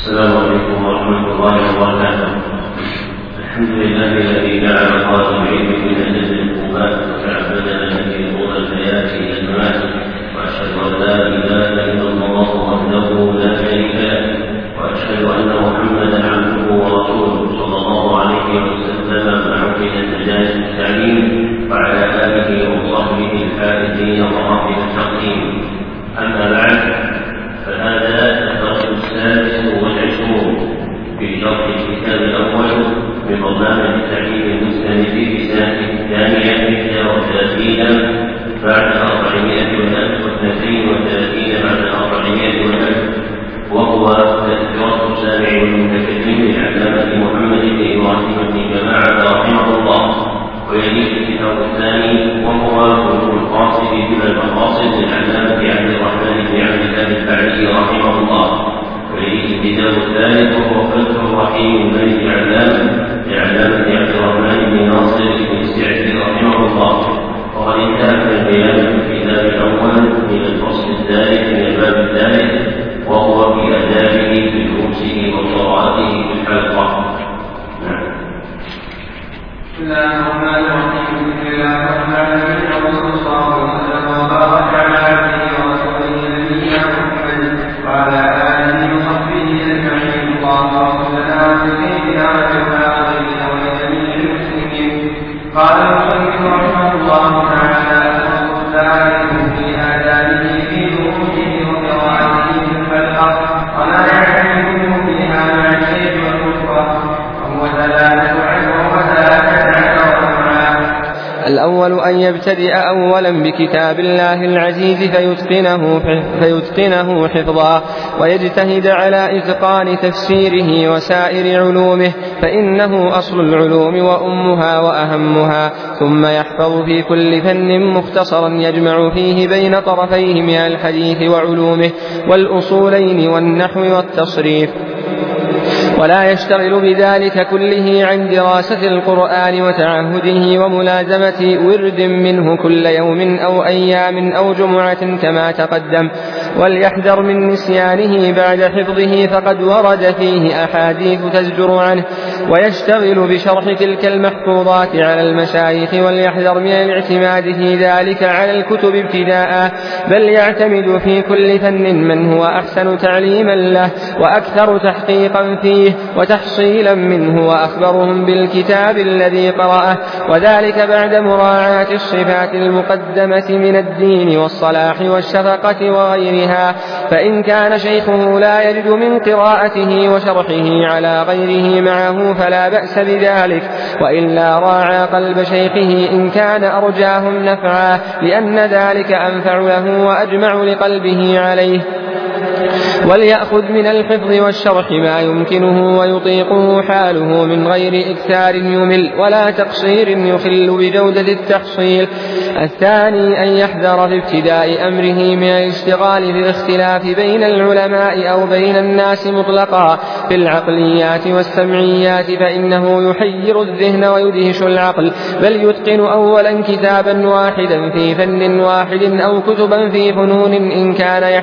السلام عليكم ورحمة الله وبركاته. الحمد لله الذي جعل طالب العلم من أجل القربات وتعبدنا به طول الحياة إلى الممات، وأشهد أن لا إله إلا الله وحده لا شريك له، وأشهد أن محمدا عبده ورسوله صلى الله عليه وسلم معه من النجاة التعليم، وعلى آله وصحبه الفائزين وراحل التقديم. أما بعد، فهذا الدرس السادس والعشرون في شرح الكتاب الأول من برنامج تعليم المسلم في السنة الثانية 31 بعد 432 بعد 400 وهو تذكرة السامع والمتكلم للعلامة محمد بن إبراهيم بن جماعة رحمه الله. ويليه الكتاب الثاني وهو بلوغ القاصد بما المقاصد للعلامة عبد الرحمن بن عبد الله البعلي رحمه الله. ويليه الكتاب الثالث وهو فتح الرحيم الملك لعلامة عبد الرحمن بن ناصر بن السعدي رحمه الله. وقد انتهى البيان في الكتاب الأول من الفصل الثالث من الباب الثالث، وهو في آدابه في دروسه وقراءته في الحلقة. بسم الله الرحمن الرحيم. بسم الله الرحمن الرحيم. وصلى الله وسلم وبارك على عبده ورسوله نبينا محمد وعلى آله وصحبه أجمعين. اللهم صل على سيدنا وجماعتنا ولجميع المسلمين. قال المصنف رحمه الله تعالى: فصل الثالث في آدابه في دروسه وقراءته في الحلقة وما يعتمد فيها مع الشيخ والكفر، وهو دلالة عنه وذاك. الأول أن يبتدئ أولا بكتاب الله العزيز فيتقنه حفظا، ويجتهد على إتقان تفسيره وسائر علومه، فإنه أصل العلوم وأمها وأهمها. ثم يحفظ في كل فن مختصرا يجمع فيه بين طرفيه من الحديث وعلومه والأصولين والنحو والتصريف، ولا يشتغل بذلك كله عن دراسة القرآن وتعهده وملازمة ورد منه كل يوم أو أيام أو جمعة كما تقدم، وليحذر من نسيانه بعد حفظه فقد ورد فيه أحاديث تزجر عنه، ويشتغل بشرح تلك المحفوظات على المشايخ، وليحذر من الاعتماد في ذلك على الكتب ابتداء، بل يعتمد في كل فن من هو أحسن تعليما له وأكثر تحقيقا فيه وتحصيلا منه وأخبرهم بالكتاب الذي قرأه، وذلك بعد مراعاة الصفات المقدمة من الدين والصلاح والشفقة وغيرها. فإن كان شيخه لا يجد من قراءته وشرحه على غيره معه فلا بأس بذلك، وإلا راعى قلب شيخه إن كان أرجاهم نفعا، لأن ذلك أنفع له وأجمع لقلبه عليه. وليأخذ من الحفظ والشرح ما يمكنه ويطيقه حاله من غير إكثار يمل ولا تقصير يخل بجودة التحصيل. الثاني أن يحذر في ابتداء أمره من الاشتغال في الاختلاف بين العلماء أو بين الناس مطلقا في العقليات والسمعيات، فإنه يحير الذهن ويدهش العقل، بل يتقن أولا كتابا واحدا في فن واحد أو كتبا في فنون إن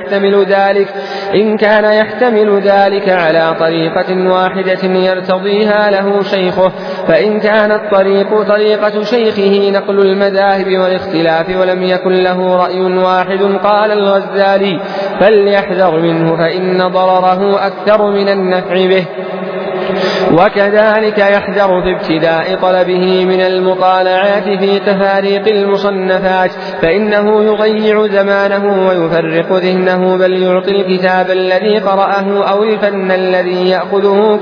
كان يحتمل ذلك على طريقة واحدة يرتضيها له شيخه. فإن كانت طريقة شيخه نقل المذاهب والاختلاف ولم يكن له رأي واحد، قال الغزالي: فليحذر منه فإن ضرره أكثر من النفع به. وكذلك يحذر في ابتداء طلبه من المطالعات في تفاريق المصنفات، فإنه يضيع زمانه ويفرق ذهنه، بل يعطي الكتاب الذي قرأه أو الفن الذي يأخذه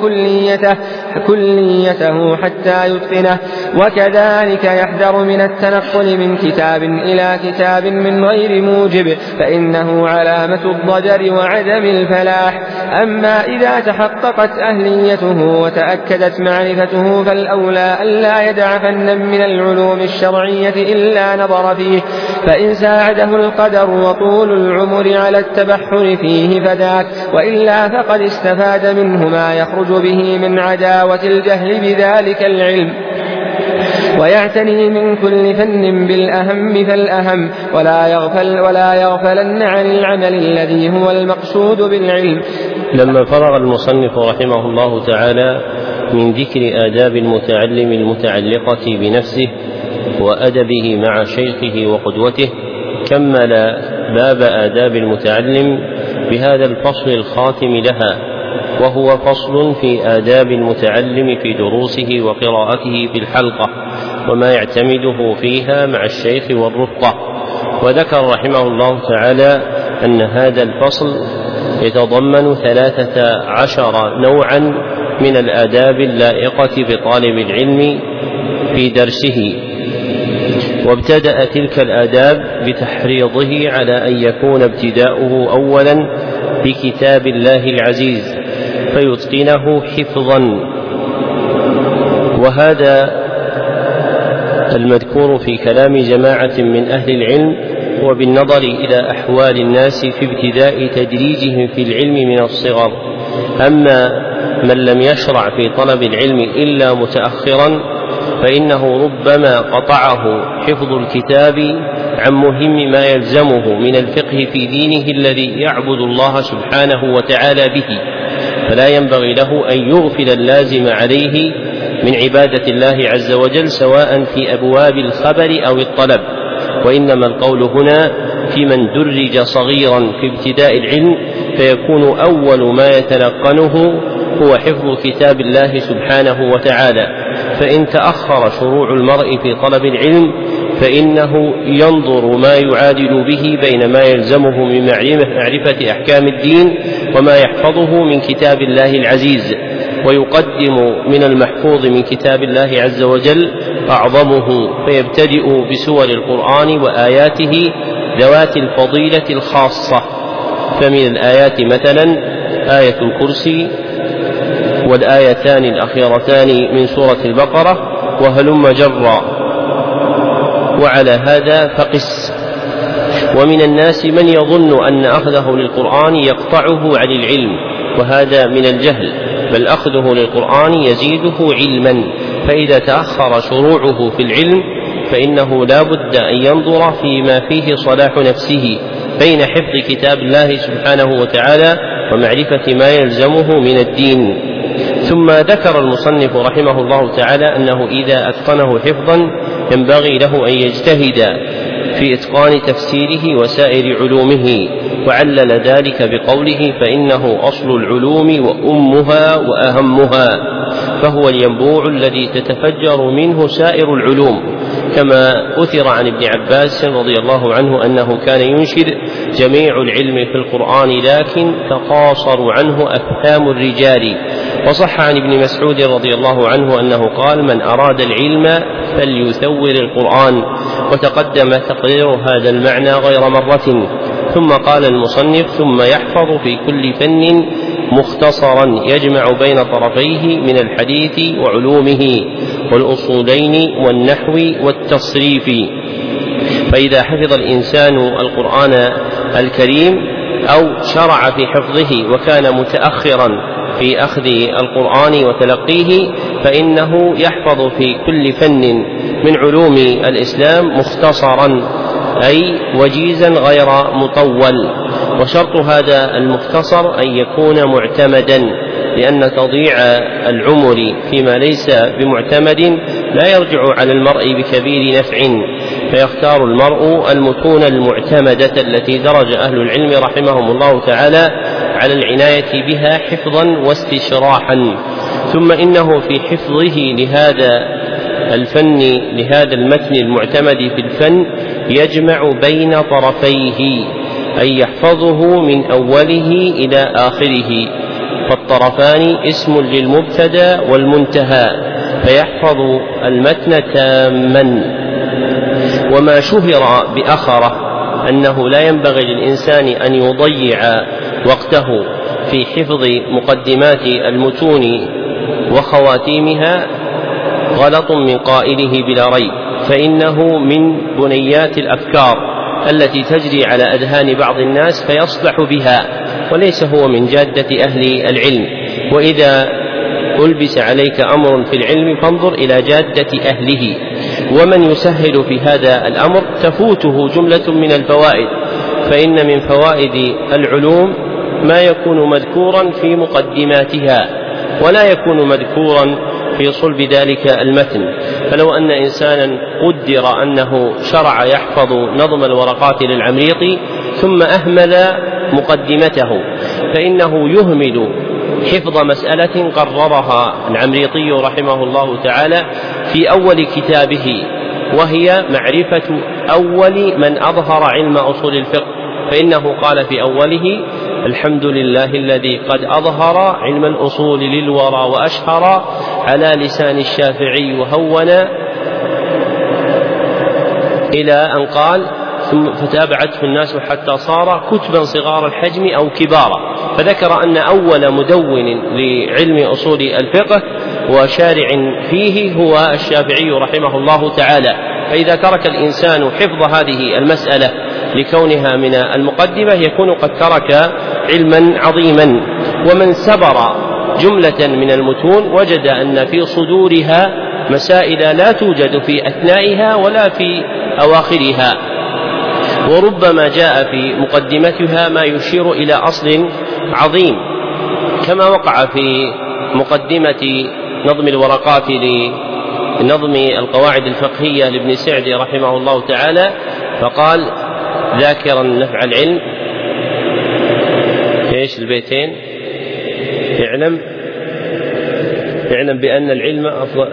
كليته حتى يتقنه. وكذلك يحذر من التنقل من كتاب إلى كتاب من غير موجب، فإنه علامة الضجر وعدم الفلاح. أما إذا تحققت أهليته وتأكدت معرفته فالأولى ألا يدع فنا من العلوم الشرعية إلا نظر فيه، فإن ساعده القدر وطول العمر على التبحر فيه فذاك، وإلا فقد استفاد منه ما يخرج به من عداوة الجهل بذلك العلم. ويعتني من كل فن بالأهم فالأهم، ولا يغفلن عن العمل الذي هو المقصود بالعلم، لما فرغ المصنف رحمه الله تعالى من ذكر آداب المتعلم المتعلقة بنفسه وأدبه مع شيخه وقدوته، كمل باب آداب المتعلم بهذا الفصل الخاتم لها، وهو فصل في آداب المتعلم في دروسه وقراءته في الحلقة وما يعتمده فيها مع الشيخ والرفقة. وذكر رحمه الله تعالى أن هذا الفصل يتضمن 13 نوعا من الآداب اللائقة بطالب العلم في درسه، وابتدأ تلك الآداب بتحريضه على أن يكون ابتداؤه أولا بكتاب الله العزيز فيتقنه حفظا، وهذا المذكور في كلام جماعة من أهل العلم، وبالنظر إلى أحوال الناس في ابتداء تدريجهم في العلم من الصغر. أما من لم يشرع في طلب العلم إلا متأخرا فإنه ربما قطعه حفظ الكتاب عن مهم ما يلزمه من الفقه في دينه الذي يعبد الله سبحانه وتعالى به، فلا ينبغي له أن يغفل اللازم عليه من عبادة الله عز وجل سواء في أبواب الخبر أو الطلب، وإنما القول هنا في من درج صغيرا في ابتداء العلم فيكون أول ما يتلقنه هو حفظ كتاب الله سبحانه وتعالى. فإن تأخر شروع المرء في طلب العلم فإنه ينظر ما يعادل به بين ما يلزمه من معرفة أحكام الدين وما يحفظه من كتاب الله العزيز، ويقدم من المحفوظ من كتاب الله عز وجل أعظمه، فيبتدئ بسور القرآن وآياته ذوات الفضيلة الخاصة. فمن الآيات مثلا آية الكرسي والآيتان الأخيرتان من سورة البقرة وهلم جرا، وعلى هذا فقس. ومن الناس من يظن أن أخذه للقرآن يقطعه عن العلم، وهذا من الجهل، بل أخذه للقرآن يزيده علما، فإذا تأخر شروعه في العلم فإنه لا بد أن ينظر فيما فيه صلاح نفسه بين حفظ كتاب الله سبحانه وتعالى ومعرفة ما يلزمه من الدين. ثم ذكر المصنف رحمه الله تعالى أنه إذا أتقنه حفظا ينبغي له أن يجتهد في إتقان تفسيره وسائر علومه، وعلل ذلك بقوله فإنه أصل العلوم وأمها وأهمها، فهو الينبوع الذي تتفجر منه سائر العلوم، كما أثر عن ابن عباس رضي الله عنه أنه كان ينشر جميع العلم في القرآن لكن تقاصر عنه أفهام الرجال. وصح عن ابن مسعود رضي الله عنه أنه قال من أراد العلم فليثور القرآن، وتقدم تقرير هذا المعنى غير مرة. ثم قال المصنف ثم يحفظ في كل فن مختصرا يجمع بين طرفيه من الحديث وعلومه والأصولين والنحو والتصريف. فإذا حفظ الإنسان القرآن الكريم أو شرع في حفظه وكان متأخرا في أخذ القرآن وتلقيه فإنه يحفظ في كل فن من علوم الإسلام مختصرا أي وجيزا غير مطول. وشرط هذا المختصر أن يكون معتمدا، لأن تضييع العمر فيما ليس بمعتمد لا يرجع على المرء بكبير نفع، فيختار المرء المتون المعتمدة التي درج أهل العلم رحمهم الله تعالى على العناية بها حفظا واستشراحا. ثم إنه في حفظه لهذا الفن لهذا المتن المعتمد في الفن يجمع بين طرفيه، أي يحفظه من أوله إلى آخره، فالطرفان اسم للمبتدأ والمنتهى، فيحفظ المتن تاما. وما شهر بأخره أنه لا ينبغي للإنسان أن يضيع وقته في حفظ مقدمات المتون وخواتيمها غلط من قائله بلا ريب، فإنه من بنيات الأفكار التي تجري على أذهان بعض الناس فيصلح بها، وليس هو من جادة أهل العلم. وإذا ألبس عليك أمر في العلم فانظر إلى جادة أهله، ومن يسهل في هذا الأمر تفوته جملة من الفوائد. فإن من فوائد العلوم ما يكون مذكورا في مقدماتها ولا يكون مذكورا في صلب ذلك المتن. فلو أن إنسانا قدر أنه شرع يحفظ نظم الورقات للعمريطي ثم أهمل مقدمته فإنه يهمل حفظ مسألة قررها العمريطي رحمه الله تعالى في أول كتابه، وهي معرفة أول من أظهر علم أصول الفقه، فإنه قال في أوله: الحمد لله الذي قد أظهر علم الأصول للورى وأشهر على لسان الشافعي وهون، إلى أن قال: ثم فتابعته الناس حتى صار كتبا صغار الحجم أو كبارا. فذكر أن أول مدون لعلم أصول الفقه وشارع فيه هو الشافعي رحمه الله تعالى. فإذا ترك الإنسان حفظ هذه المسألة لكونها من المقدمة يكون قد ترك علما عظيما. ومن سبر جملة من المتون وجد أن في صدورها مسائل لا توجد في أثنائها ولا في أواخرها، وربما جاء في مقدمتها ما يشير إلى أصل عظيم، كما وقع في مقدمة نظم الورقات لنظم القواعد الفقهية لابن سعدي رحمه الله تعالى، فقال ذاكرا نفع العلم ايش البيتين: اعلم بأن العلم أفضل،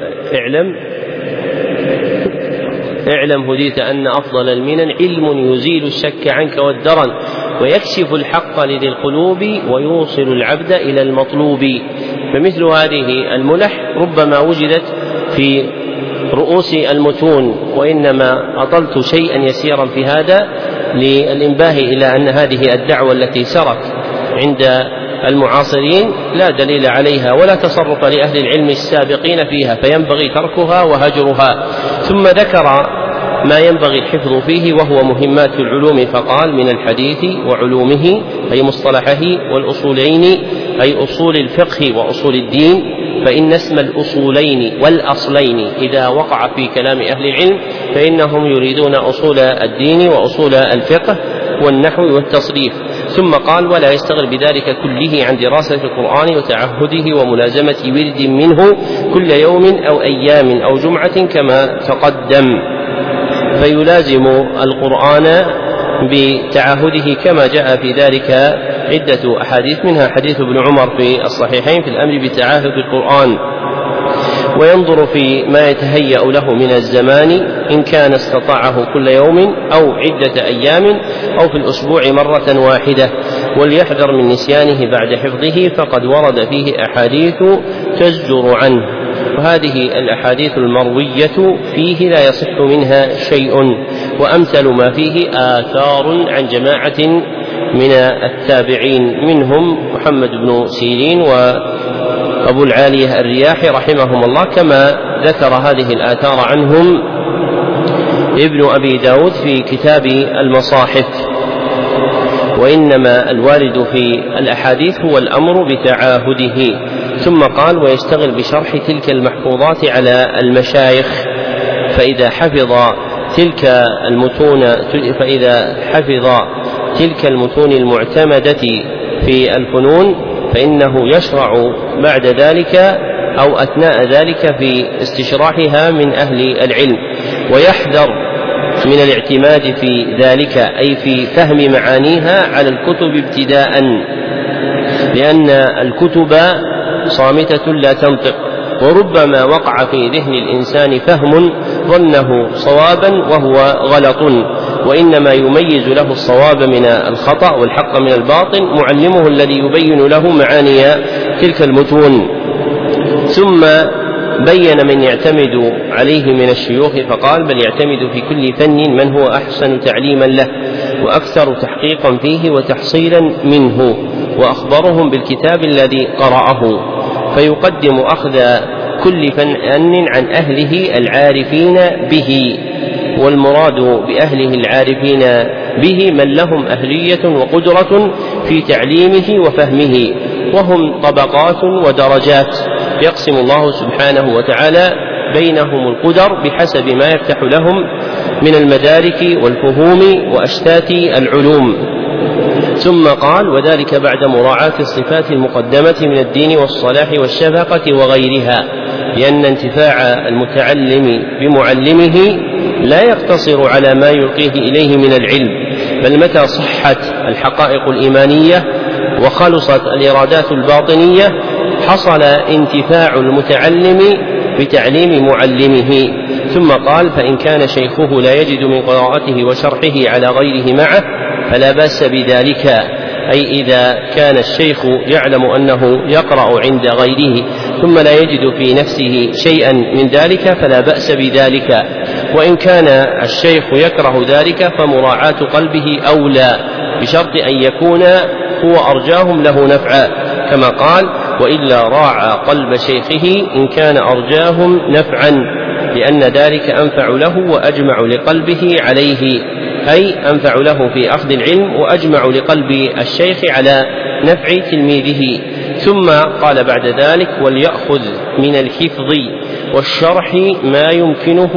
اعلم هديت أن أفضل المنن علم يزيل الشك عنك والدرن ويكشف الحق لذي القلوب ويوصل العبد إلى المطلوب. فمثل هذه الملح ربما وجدت في رؤوس المتون، وإنما أطلت شيئا يسيرا في هذا للإنباه إلى أن هذه الدعوة التي سرت عند المعاصرين لا دليل عليها ولا تصرف لأهل العلم السابقين فيها، فينبغي تركها وهجرها. ثم ذكر ما ينبغي الحفظ فيه وهو مهمات العلوم، فقال: من الحديث وعلومه أي مصطلحه، والأصولين أي أصول الفقه وأصول الدين، فإن اسم الأصولين والأصلين إذا وقع في كلام أهل العلم فإنهم يريدون أصول الدين وأصول الفقه والنحو والتصريف. ثم قال: ولا يستغل بذلك كله عن دراسة القرآن وتعهده وملازمة ورد منه كل يوم أو أيام أو جمعة كما تقدم، فيلازم القرآن بتعهده كما جاء في ذلك عدة أحاديث، منها حديث ابن عمر في الصحيحين في الأمر بتعاهد القرآن، وينظر في ما يتهيأ له من الزمان إن كان استطاعه كل يوم أو عدة أيام أو في الأسبوع مرة واحدة، وليحذر من نسيانه بعد حفظه فقد ورد فيه أحاديث تزجر عنه، وهذه الأحاديث المروية فيه لا يصح منها شيء، وأمثل ما فيه آثار عن جماعة من التابعين منهم محمد بن سيرين وأبو العالية الرياحي رحمهم الله، كما ذكر هذه الآثار عنهم ابن أبي داود في كتاب المصاحف. وإنما الوارد في الأحاديث هو الأمر بتعاهده. ثم قال: ويشتغل بشرح تلك المحفوظات على المشايخ، فإذا حفظ تلك المتون المعتمدة في الفنون فإنه يشرع بعد ذلك أو أثناء ذلك في استشراحها من أهل العلم، ويحذر من الاعتماد في ذلك أي في فهم معانيها على الكتب ابتداء، لأن الكتب صامتة لا تنطق، وربما وقع في ذهن الإنسان فهم ظنه صوابا وهو غلط، وإنما يميز له الصواب من الخطأ والحق من الباطل معلمه الذي يبين له معاني تلك المتون. ثم بين من يعتمد عليه من الشيوخ فقال: بل يعتمد في كل فن من هو أحسن تعليما له وأكثر تحقيقا فيه وتحصيلا منه، وأخبرهم بالكتاب الذي قرأه، فيقدم أخذ كل فن عن أهله العارفين به، والمراد بأهله العارفين به من لهم أهلية وقدرة في تعليمه وفهمه، وهم طبقات ودرجات يقسم الله سبحانه وتعالى بينهم القدر بحسب ما يفتح لهم من المدارك والفهوم وأشتات العلوم. ثم قال: وذلك بعد مراعاة الصفات المقدمة من الدين والصلاح والشفقة وغيرها، لأن انتفاع المتعلم بمعلمه لا يقتصر على ما يلقيه إليه من العلم، بل متى صحت الحقائق الإيمانية وخلصت الإرادات الباطنية حصل انتفاع المتعلم بتعليم معلمه. ثم قال: فإن كان شيخه لا يجد من قراءته وشرحه على غيره معه فلا بأس بذلك، أي إذا كان الشيخ يعلم أنه يقرأ عند غيره ثم لا يجد في نفسه شيئا من ذلك فلا بأس بذلك. وإن كان الشيخ يكره ذلك فمراعاة قلبه أولى، بشرط أن يكون هو أرجاهم له نفعا، كما قال: وإلا راعى قلب شيخه إن كان أرجاهم نفعا، لأن ذلك أنفع له وأجمع لقلبه عليه، أي أنفع له في أخذ العلم وأجمع لقلب الشيخ على نفع تلميذه. ثم قال بعد ذلك: وليأخذ من الحفظ والشرح ما يمكنه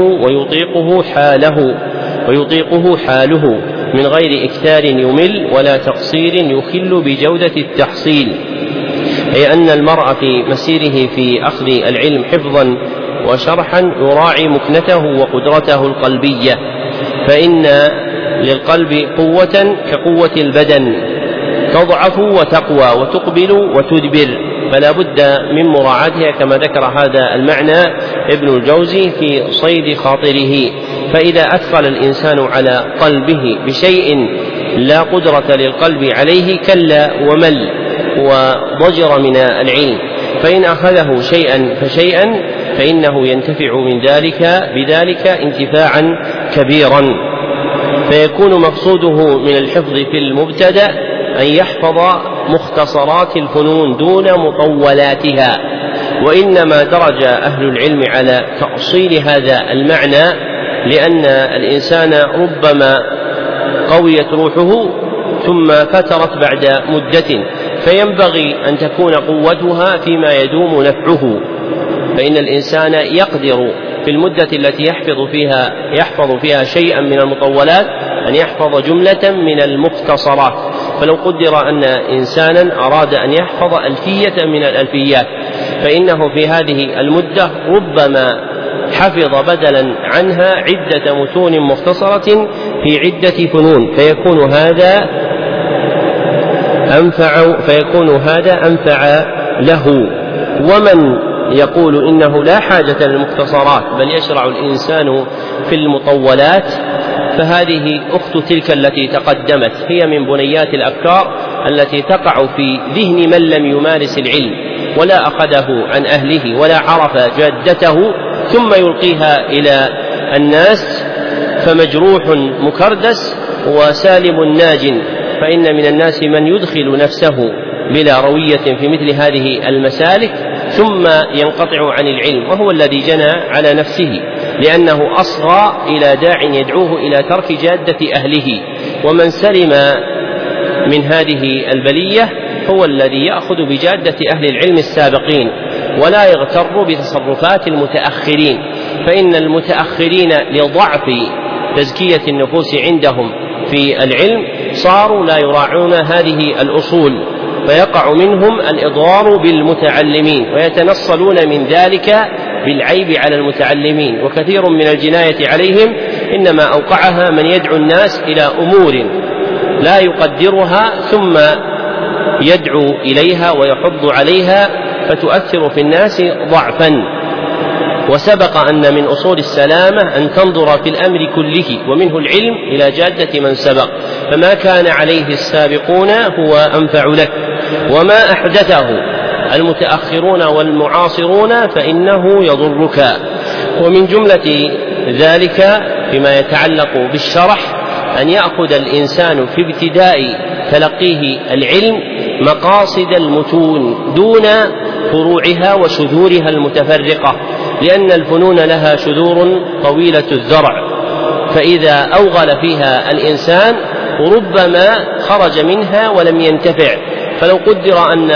ويطيقه حاله من غير إكثار يمل ولا تقصير يخل بجودة التحصيل، أي أن المرء في مسيره في أخذ العلم حفظا وشرحا يراعي مكنته وقدرته القلبية، فإن للقلب قوة كقوة البدن، تضعف وتقوى وتقبل وتدبر، فلا بد من مراعاتها، كما ذكر هذا المعنى ابن الجوزي في صيد خاطره. فإذا أثقل الإنسان على قلبه بشيء لا قدرة للقلب عليه كلا ومل وضجر من العلم، فإن أخذه شيئا فشيئا فإنه ينتفع بذلك انتفاعا كبيرا، فيكون مقصوده من الحفظ في المبتدأ أن يحفظ مختصرات الفنون دون مطولاتها. وإنما درج أهل العلم على تأصيل هذا المعنى لأن الإنسان ربما قويت روحه ثم فترت بعد مدة، فينبغي أن تكون قوتها فيما يدوم نفعه، فإن الإنسان يقدر في المدة التي يحفظ فيها شيئا من المطولات أن يحفظ جملة من المختصرات. فلو قدر أن إنسانا أراد أن يحفظ ألفية من الألفيات فإنه في هذه المدة ربما حفظ بدلا عنها عدة متون مختصرة في عدة فنون، فيكون هذا أنفع له. ومن يقول إنه لا حاجة للمختصرات بل يشرع الإنسان في المطولات فهذه أخت تلك التي تقدمت، هي من بنيات الأفكار التي تقع في ذهن من لم يمارس العلم ولا أخذه عن أهله ولا عرف جادته ثم يلقيها إلى الناس، فمجروح مكردس وسالم ناج. فإن من الناس من يدخل نفسه بلا روية في مثل هذه المسالك ثم ينقطع عن العلم، وهو الذي جنى على نفسه، لأنه أصغى إلى داع يدعوه إلى ترك جادة أهله. ومن سلم من هذه البلية هو الذي يأخذ بجادة أهل العلم السابقين ولا يغتر بتصرفات المتأخرين، فإن المتأخرين لضعف تزكية النفوس عندهم في العلم صاروا لا يراعون هذه الأصول، فيقع منهم الإضرار بالمتعلمين ويتنصلون من ذلك بالعيب على المتعلمين. وكثير من الجناية عليهم إنما أوقعها من يدعو الناس إلى أمور لا يقدرها ثم يدعو إليها ويحض عليها فتؤثر في الناس ضعفا. وسبق أن من أصول السلامة أن تنظر في الأمر كله ومنه العلم إلى جادة من سبق، فما كان عليه السابقون هو أنفع لك، وما أحدثه المتأخرون والمعاصرون فإنه يضرك. ومن جملة ذلك فيما يتعلق بالشرح أن يأخذ الإنسان في ابتداء تلقيه العلم مقاصد المتون دون فروعها وشذورها المتفرقة، لأن الفنون لها شذور طويلة الذرع، فإذا أوغل فيها الإنسان ربما خرج منها ولم ينتفع. فلو قدر أن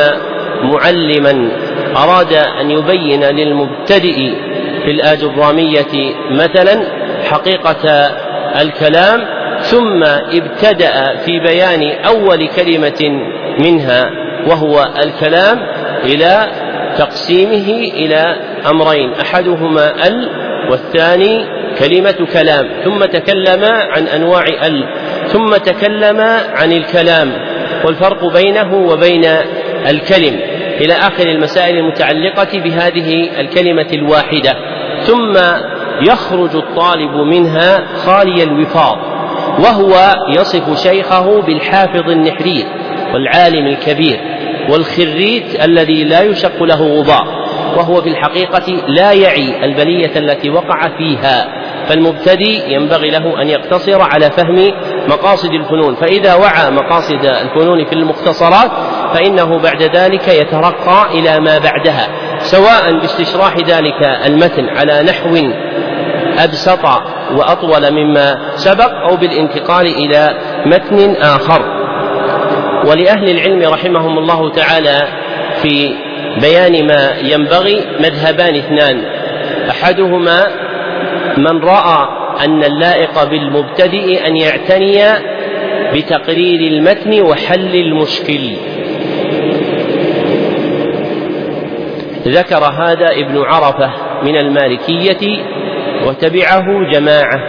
معلما أراد أن يبين للمبتدئ في الآجرامية مثلا حقيقة الكلام ثم ابتدأ في بيان أول كلمة منها وهو الكلام إلى تقسيمه إلى أمرين، أحدهما والثاني كلمة كلام، ثم تكلم عن أنواع ثم تكلم عن الكلام والفرق بينه وبين الكلم إلى آخر المسائل المتعلقة بهذه الكلمة الواحدة. ثم يخرج الطالب منها خالي الوفاض، وهو يصف شيخه بالحافظ النحرير والعالم الكبير والخريت الذي لا يشق له غبار، وهو في الحقيقة لا يعي البلية التي وقع فيها، فالمبتدئ ينبغي له أن يقتصر على فهم مقاصد الفنون، فإذا وعى مقاصد الفنون في المختصرات فإنه بعد ذلك يترقى إلى ما بعدها، سواء باستشراح ذلك المتن على نحو أبسط وأطول مما سبق أو بالانتقال إلى متن آخر. ولأهل العلم رحمهم الله تعالى في بيان ما ينبغي مذهبان اثنان، أحدهما من رأى أن اللائق بالمبتدئ أن يعتني بتقرير المتن وحل المشكل، ذكر هذا ابن عرفة من المالكية وتبعه جماعة،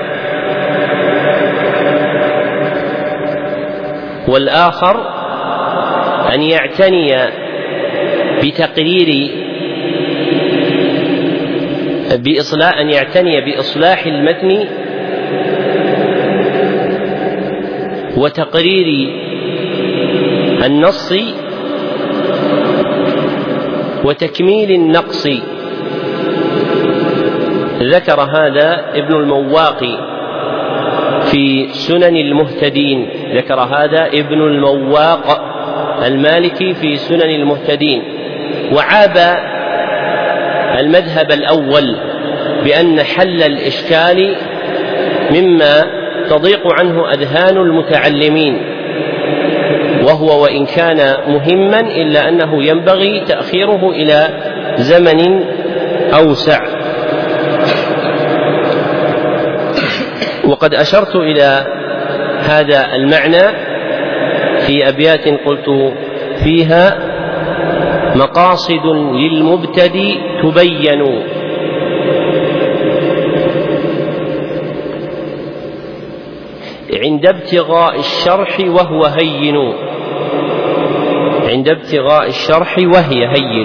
والآخر أن يعتني بإصلاح المتن وتقرير النص وتكميل النقص، ذكر هذا ابن المواقي في سنن المهتدين، ذكر هذا ابن المواق المالكي في سنن المهتدين، وعاب المذهب الأول بأن حل الإشكال مما تضيق عنه أذهان المتعلمين، وهو وإن كان مهما إلا أنه ينبغي تأخيره إلى زمن أوسع. وقد أشرت إلى هذا المعنى في أبيات قلت فيها: مقاصد للمبتدئ تبين عند ابتغاء الشرح وهو هين، عند ابتغاء الشرح وهي هين.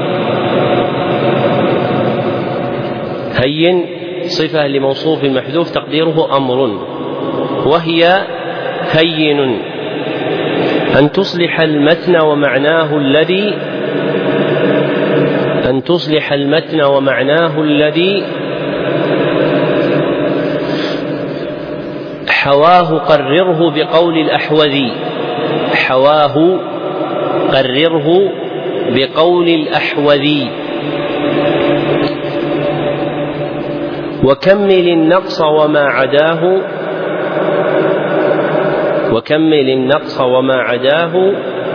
هين صفة لموصوف محذوف تقديره أمر، وهي هين أن تصلح المتن ومعناه الذي حواه قرره بقول الأحوذي، حواه قرره بقول الأحوذي، وكمل النقص وما عداه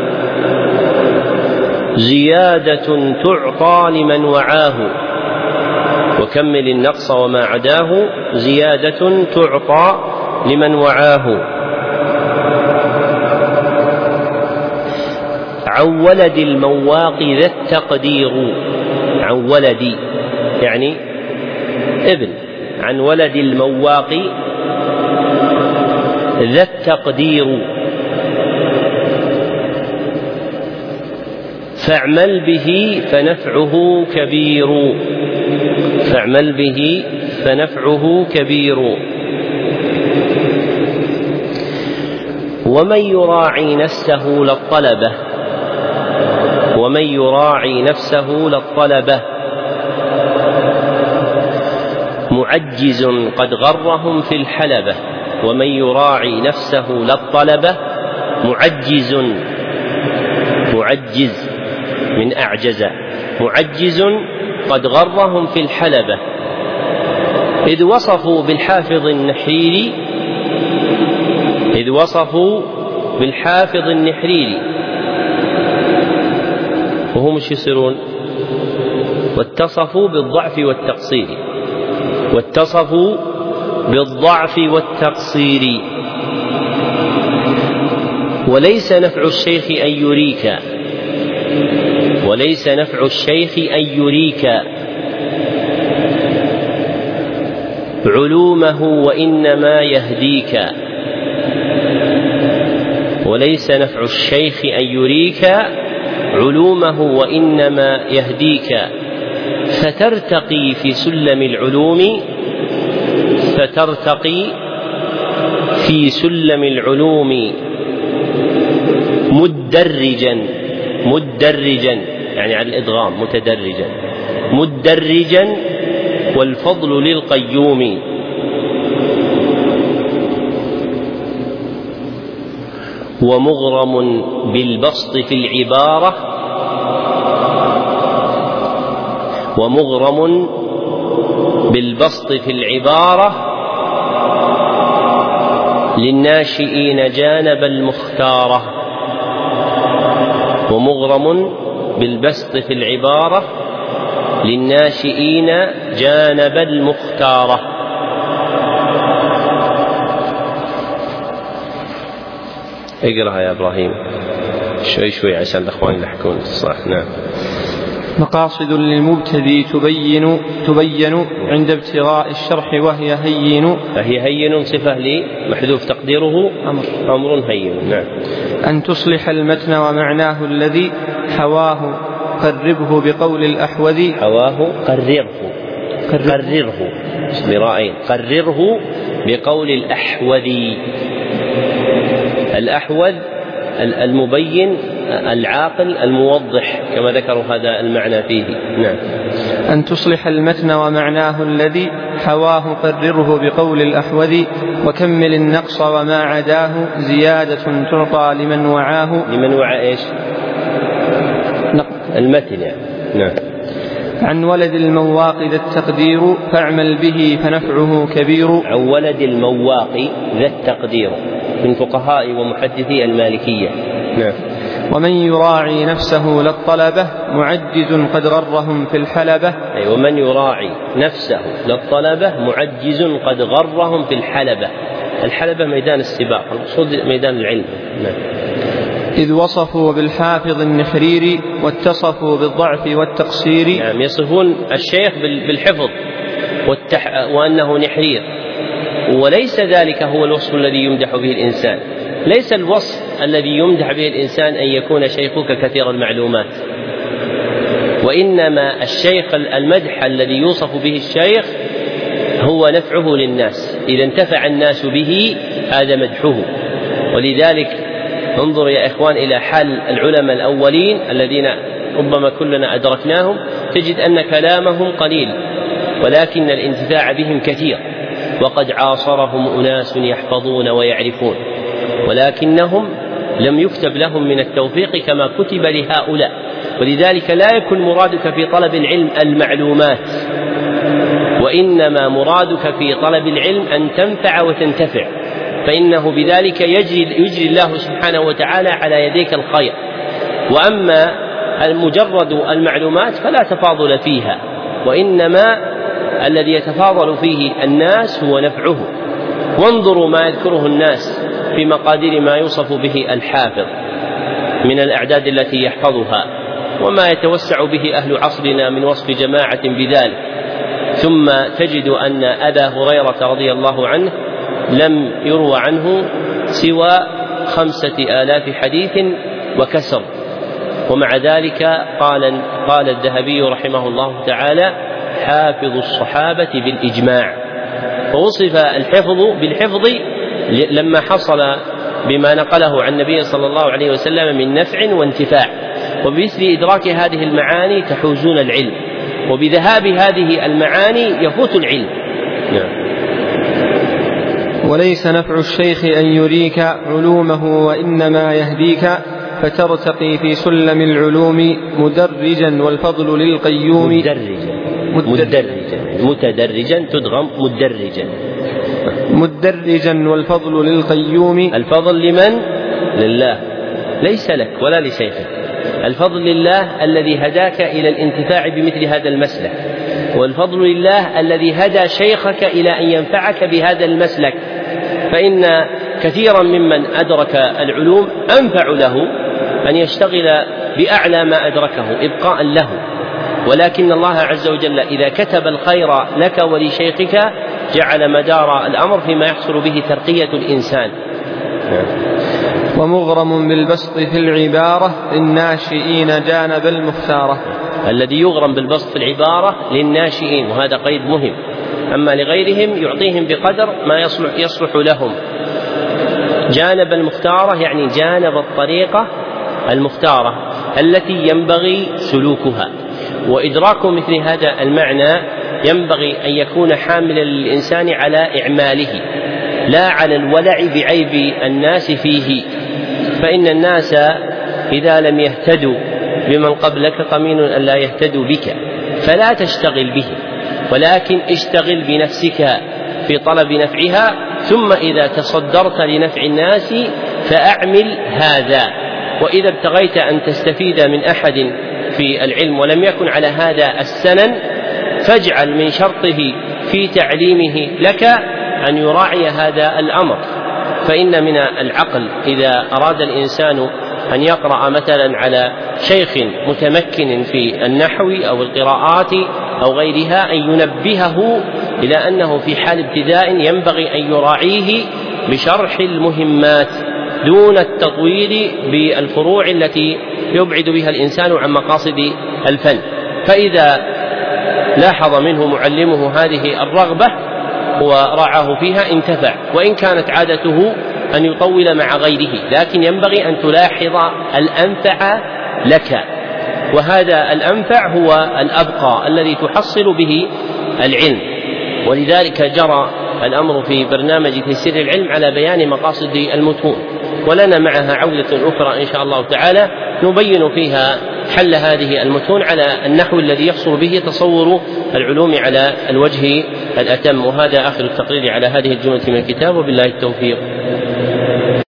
زيادة تعطى لمن وعاه، وكمل النقص وما عداه زيادة تعطى لمن وعاه. عن ولد المواق ذا التقدير، عن ولد يعني ابن، عن ولد المواق ذا التقدير، فاعمل به فنفعه كبير، فاعمل به فنفعه كبير. ومن يراعي نفسه للطلبة، ومن يراعي نفسه للطلبة معجز قد غرهم في الحلبة، ومن يراعي نفسه للطلبة معجز من أعجز، معجز قد غرهم في الحلبة، إذ وصفوا بالحافظ النحريري وهم مش يصيرون واتصفوا بالضعف والتقصير، وليس نفع الشيخ أن يريك، وليس نفع الشيخ أن يريك علومه وإنما يهديك، وليس نفع الشيخ أن يريك علومه وإنما يهديك، فترتقي في سلم العلوم، فترتقي في سلم العلوم مدرجا، مدرجا يعني على الإدغام، متدرجا مدرجا، والفضل للقيوم. ومغرم بالبسط في العبارة، ومغرم بالبسط في العبارة للناشئين جانب المختارة، ومغرم بالبسط في العبارة للناشئين جانب المختارة. اقرأها يا إبراهيم شوي شوي عشان الأخوان يلحقون صح. نعم. مقاصد للمبتدي تبين عند ابتغاء الشرح وهي هين، فهي هين صفة لمحذوف تقديره أمر هين. نعم. أن تصلح المتن ومعناه الذي حواه قربه بقول الأحوذ، حواه قرره براءين، قرره بقول الأحوذ. الأحوذ المبين العاقل الموضح كما ذكروا هذا المعنى فيه. نعم. أن تصلح المتن ومعناه الذي حواه قرره بقول الأحوذ، وكمل النقص وما عداه زيادة تعطى لمن وعاه. لمن وعى إيش؟ المتن يعني. نعم. عن ولد المواق ذا التقدير فاعمل به فنفعه كبير. عن ولد المواق ذا التقدير من فقهاء ومحدثي المالكية. نعم. ومن يراعي نفسه للطلبة معجز قد غرهم في الحلبة. أي ومن يراعي نفسه للطلبة معجز قد غرهم في الحلبة. الحلبة ميدان السباق، المقصود ميدان العلم. نعم. إذ وصفوا بالحافظ النخرير واتصفوا بالضعف والتقصير. نعم. يصفون الشيخ بالحفظ وأنه نحرير، وليس ذلك هو الوصف الذي يمدح به الإنسان. ليس الوصف الذي يمدح به الإنسان أن يكون شيخك كثير المعلومات، وإنما الشيخ المدح الذي يوصف به الشيخ هو نفعه للناس، إذا انتفع الناس به هذا مدحه. ولذلك انظر يا إخوان إلى حال العلماء الأولين الذين ربما كلنا أدركناهم، تجد أن كلامهم قليل ولكن الانتفاع بهم كثير، وقد عاصرهم أناس يحفظون ويعرفون، ولكنهم لم يكتب لهم من التوفيق كما كتب لهؤلاء. ولذلك لا يكون مرادك في طلب العلم المعلومات، وإنما مرادك في طلب العلم أن تنفع وتنتفع، فإنه بذلك يجري الله سبحانه وتعالى على يديك الخير. وأما مجرد المعلومات فلا تفاضل فيها، وإنما الذي يتفاضل فيه الناس هو نفعه. وانظروا ما يذكره الناس في مقادير ما يوصف به الحافظ من الأعداد التي يحفظها، وما يتوسع به أهل عصرنا من وصف جماعة بذلك. ثم تجد أن أبا هريرة رضي الله عنه لم يروى عنه سوى 5000 حديث وكسر، ومع ذلك قال الذهبي رحمه الله تعالى حافظ الصحابة بالإجماع. فوصف الحفظ بالحفظ لما حصل بما نقله عن النبي صلى الله عليه وسلم من نفع وانتفاع. وبمثل إدراك هذه المعاني تحوزون العلم، وبذهاب هذه المعاني يفوت العلم. نعم. وليس نفع الشيخ أن يريك علومه وإنما يهديك، فترتقي في سلم العلوم مدرجا والفضل للقيوم. متدرجا تدغم مدرجا والفضل للقيوم. الفضل لمن؟ لله، ليس لك ولا لشيخك. الفضل لله الذي هداك إلى الانتفاع بمثل هذا المسلك، والفضل لله الذي هدى شيخك إلى أن ينفعك بهذا المسلك. فإن كثيرا ممن أدرك العلوم أنفع له أن يشتغل بأعلى ما أدركه إبقاء له، ولكن الله عز وجل إذا كتب الخير لك ولشيخك جعل مدار الأمر فيما يحصل به ترقية الإنسان. ومغرم بالبسط في العبارة للناشئين جانب المختارة. الذي يغرم بالبسط في العبارة للناشئين، وهذا قيد مهم، أما لغيرهم يعطيهم بقدر ما يصلح لهم. جانب المختارة يعني جانب الطريقة المختارة التي ينبغي سلوكها. وإدراك مثل هذا المعنى ينبغي أن يكون حاملا للإنسان على إعماله لا على الولع بعيب الناس فيه، فإن الناس إذا لم يهتدوا بمن قبلك قمين أن لا يهتدوا بك، فلا تشتغل به، ولكن اشتغل بنفسك في طلب نفعها، ثم إذا تصدرت لنفع الناس فأعمل هذا. وإذا ابتغيت أن تستفيد من أحد في العلم ولم يكن على هذا السنن فاجعل من شرطه في تعليمه لك أن يراعي هذا الأمر. فإن من العقل إذا أراد الإنسان أن يقرأ مثلا على شيخ متمكن في النحو أو القراءات أو غيرها أن ينبهه إلى أنه في حال ابتداء ينبغي أن يراعيه بشرح المهمات دون التطويل بالفروع التي يبعد بها الإنسان عن مقاصد الفن. فإذا لاحظ منه معلمه هذه الرغبة ورعاه فيها انتفع، وإن كانت عادته أن يطول مع غيره، لكن ينبغي أن تلاحظ الأنفع لك، وهذا الأنفع هو الأبقى الذي تحصل به العلم. ولذلك جرى الأمر في برنامج تيسير العلم على بيان مقاصد المتون، ولنا معها عودة أخرى إن شاء الله تعالى نبين فيها حل هذه المتون على النحو الذي يحصل به تصور العلوم على الوجه الأتم. وهذا آخر التقرير على هذه الجملة من الكتاب، وبالله التوفيق.